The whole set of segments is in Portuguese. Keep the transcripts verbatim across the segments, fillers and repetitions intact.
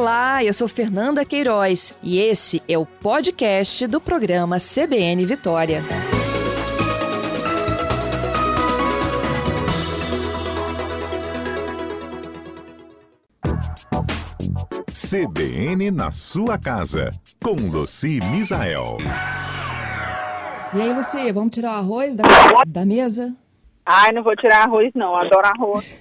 Olá, eu sou Fernanda Queiroz e esse é o podcast do programa C B N Vitória. C B N na sua casa, com Luci Misael. E aí, Luci, vamos tirar o arroz da, da mesa? Ai, não vou tirar arroz não, adoro arroz.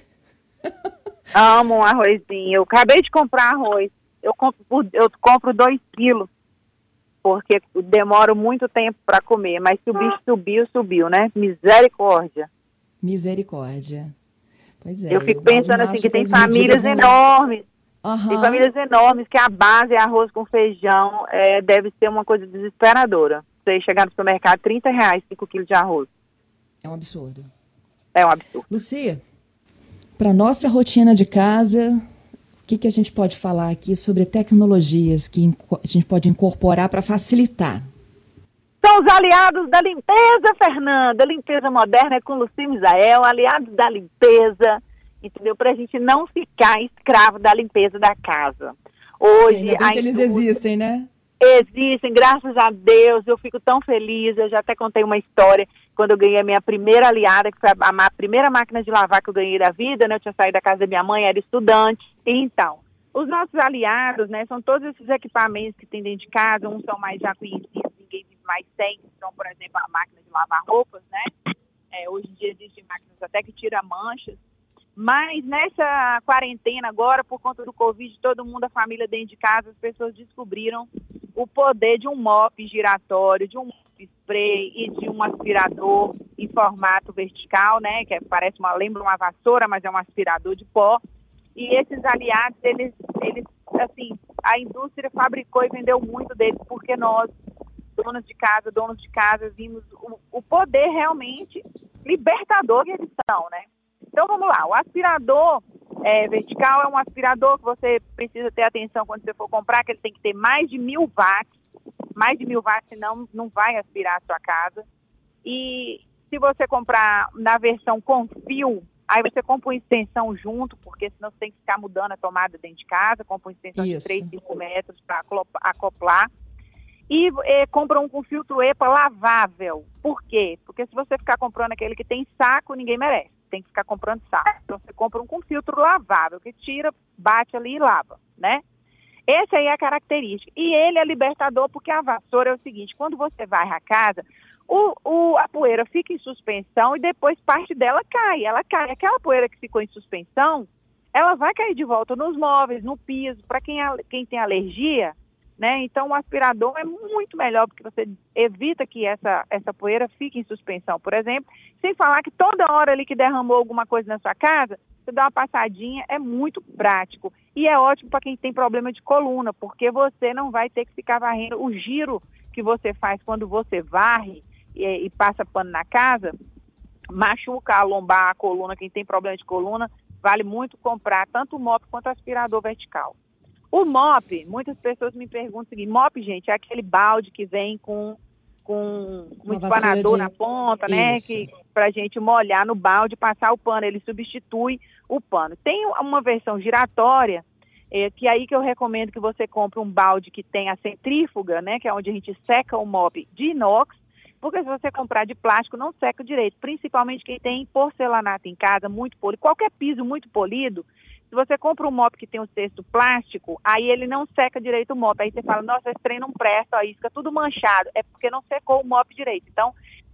Amo um arrozinho. Eu acabei de comprar arroz. Eu compro, eu compro dois quilos, porque demoro muito tempo para comer. Mas se o bicho subiu, subiu, né? Misericórdia. Misericórdia. Pois é. Eu fico pensando assim, que tem famílias vão... enormes. Uhum. Tem famílias enormes que a base é arroz com feijão. É, deve ser uma coisa desesperadora. Você chegar no supermercado, trinta reais, cinco quilos de arroz. É um absurdo. É um absurdo. Lucia, para nossa rotina de casa, o que, que a gente pode falar aqui sobre tecnologias que a gente pode incorporar para facilitar? São os aliados da limpeza, Fernanda. Limpeza moderna é com Luci Misael, aliados da limpeza, entendeu? Para a gente não ficar escravo da limpeza da casa. Hoje, Ainda bem que eles indústria... existem, né? Existem, graças a Deus, eu fico tão feliz. Eu já até contei uma história quando eu ganhei a minha primeira aliada, que foi a, a primeira máquina de lavar que eu ganhei da vida, né? Eu tinha saído da casa da minha mãe, era estudante. Então, os nossos aliados, né, são todos esses equipamentos que tem dentro de casa. Uns são mais já conhecidos, ninguém vive mais sem. Então, por exemplo, a máquina de lavar roupas, né? É, hoje em dia existem máquinas até que tiram manchas. Mas nessa quarentena agora, por conta do Covid, todo mundo, a família dentro de casa, as pessoas descobriram o poder de um mop giratório, de um mop spray e de um aspirador em formato vertical, né? Que é, parece uma, lembra uma vassoura, mas é um aspirador de pó. E esses aliados, eles, eles, assim, a indústria fabricou e vendeu muito deles, porque nós, donos de casa, donos de casa, vimos o, o poder realmente libertador que eles são, né? Então, vamos lá, o aspirador é, vertical é um aspirador que você precisa ter atenção quando você for comprar, que ele tem que ter mais de mil watts, mais de mil watts, senão não vai aspirar a sua casa. E se você comprar na versão com fio, aí você compra uma extensão junto, porque senão você tem que ficar mudando a tomada dentro de casa, compra uma extensão Isso. de três, cinco metros para acoplar. E eh, compra um com filtro E P A lavável. Por quê? Porque se você ficar comprando aquele que tem saco, ninguém merece. Tem que ficar comprando saco. Então você compra um com filtro lavável, que tira, bate ali e lava, né? Essa aí é a característica. E ele é libertador porque a vassoura é o seguinte, quando você varre a casa, o, o, a poeira fica em suspensão e depois parte dela cai. Ela cai. Aquela poeira que ficou em suspensão, ela vai cair de volta nos móveis, no piso. Para quem, quem tem alergia, né? Então o aspirador é muito melhor porque você evita que essa, essa poeira fique em suspensão, por exemplo, sem falar que toda hora ali que derramou alguma coisa na sua casa, você dá uma passadinha, é muito prático e é ótimo para quem tem problema de coluna, porque você não vai ter que ficar varrendo. O giro que você faz quando você varre e, e passa pano na casa, machuca a lombar, a coluna. Quem tem problema de coluna, vale muito comprar tanto o mop quanto o aspirador vertical. O mop, muitas pessoas me perguntam o seguinte, mop, gente, é aquele balde que vem com, com um espanador de... na ponta, né, que, pra gente molhar no balde e passar o pano, ele substitui o pano. Tem uma versão giratória, é, que aí que eu recomendo que você compre um balde que tem a centrífuga, né, que é onde a gente seca o mop de inox, porque se você comprar de plástico não seca direito, principalmente quem tem porcelanato em casa, muito polido, qualquer piso muito polido. Se você compra um mop que tem um cesto plástico, aí ele não seca direito o mop. Aí você fala, nossa, esse trem não presta, aí fica tudo manchado. É porque não secou o mop direito. Então,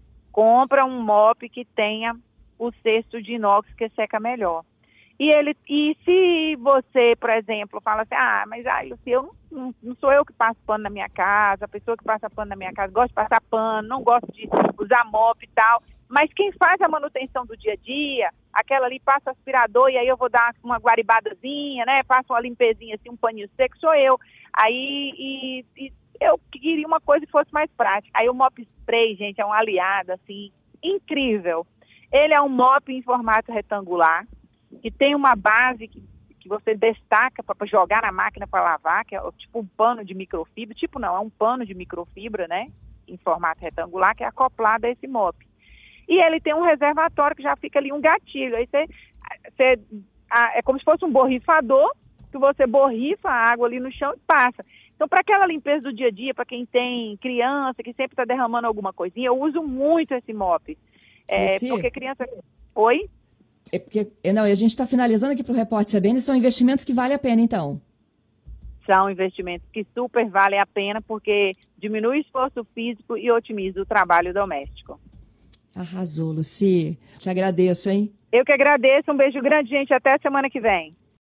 compra um mop que tenha o cesto de inox que seca melhor. E, ele, e se você, por exemplo, fala assim, ah, mas ai, Lucia, eu não, não, não sou eu que passo pano na minha casa, a pessoa que passa pano na minha casa gosta de passar pano, não gosta de usar mop e tal. Mas quem faz a manutenção do dia a dia, aquela ali passa o aspirador e aí eu vou dar uma guaribadazinha, né? Passo uma limpezinha assim, um paninho seco, sou eu. Aí e, e eu queria uma coisa que fosse mais prática. Aí o mop spray, gente, é um aliado, assim, incrível. Ele é um mop em formato retangular, que tem uma base que, que você destaca para jogar na máquina para lavar, que é tipo um pano de microfibra. Tipo não, é um pano de microfibra, né? Em formato retangular, que é acoplado a esse mop. E ele tem um reservatório que já fica ali um gatilho. Aí você, você ah, é como se fosse um borrifador, que você borrifa a água ali no chão e passa. Então, para aquela limpeza do dia a dia, para quem tem criança, que sempre está derramando alguma coisinha, eu uso muito esse mop. É, Lucy? porque criança... Oi? É porque, não, a gente está finalizando aqui para o Repórter C B N, são investimentos que valem a pena, então. São investimentos que super valem a pena, porque diminui o esforço físico e otimiza o trabalho doméstico. Arrasou, Lucy. Te agradeço, hein? Eu que agradeço. Um beijo grande, gente. Até semana que vem.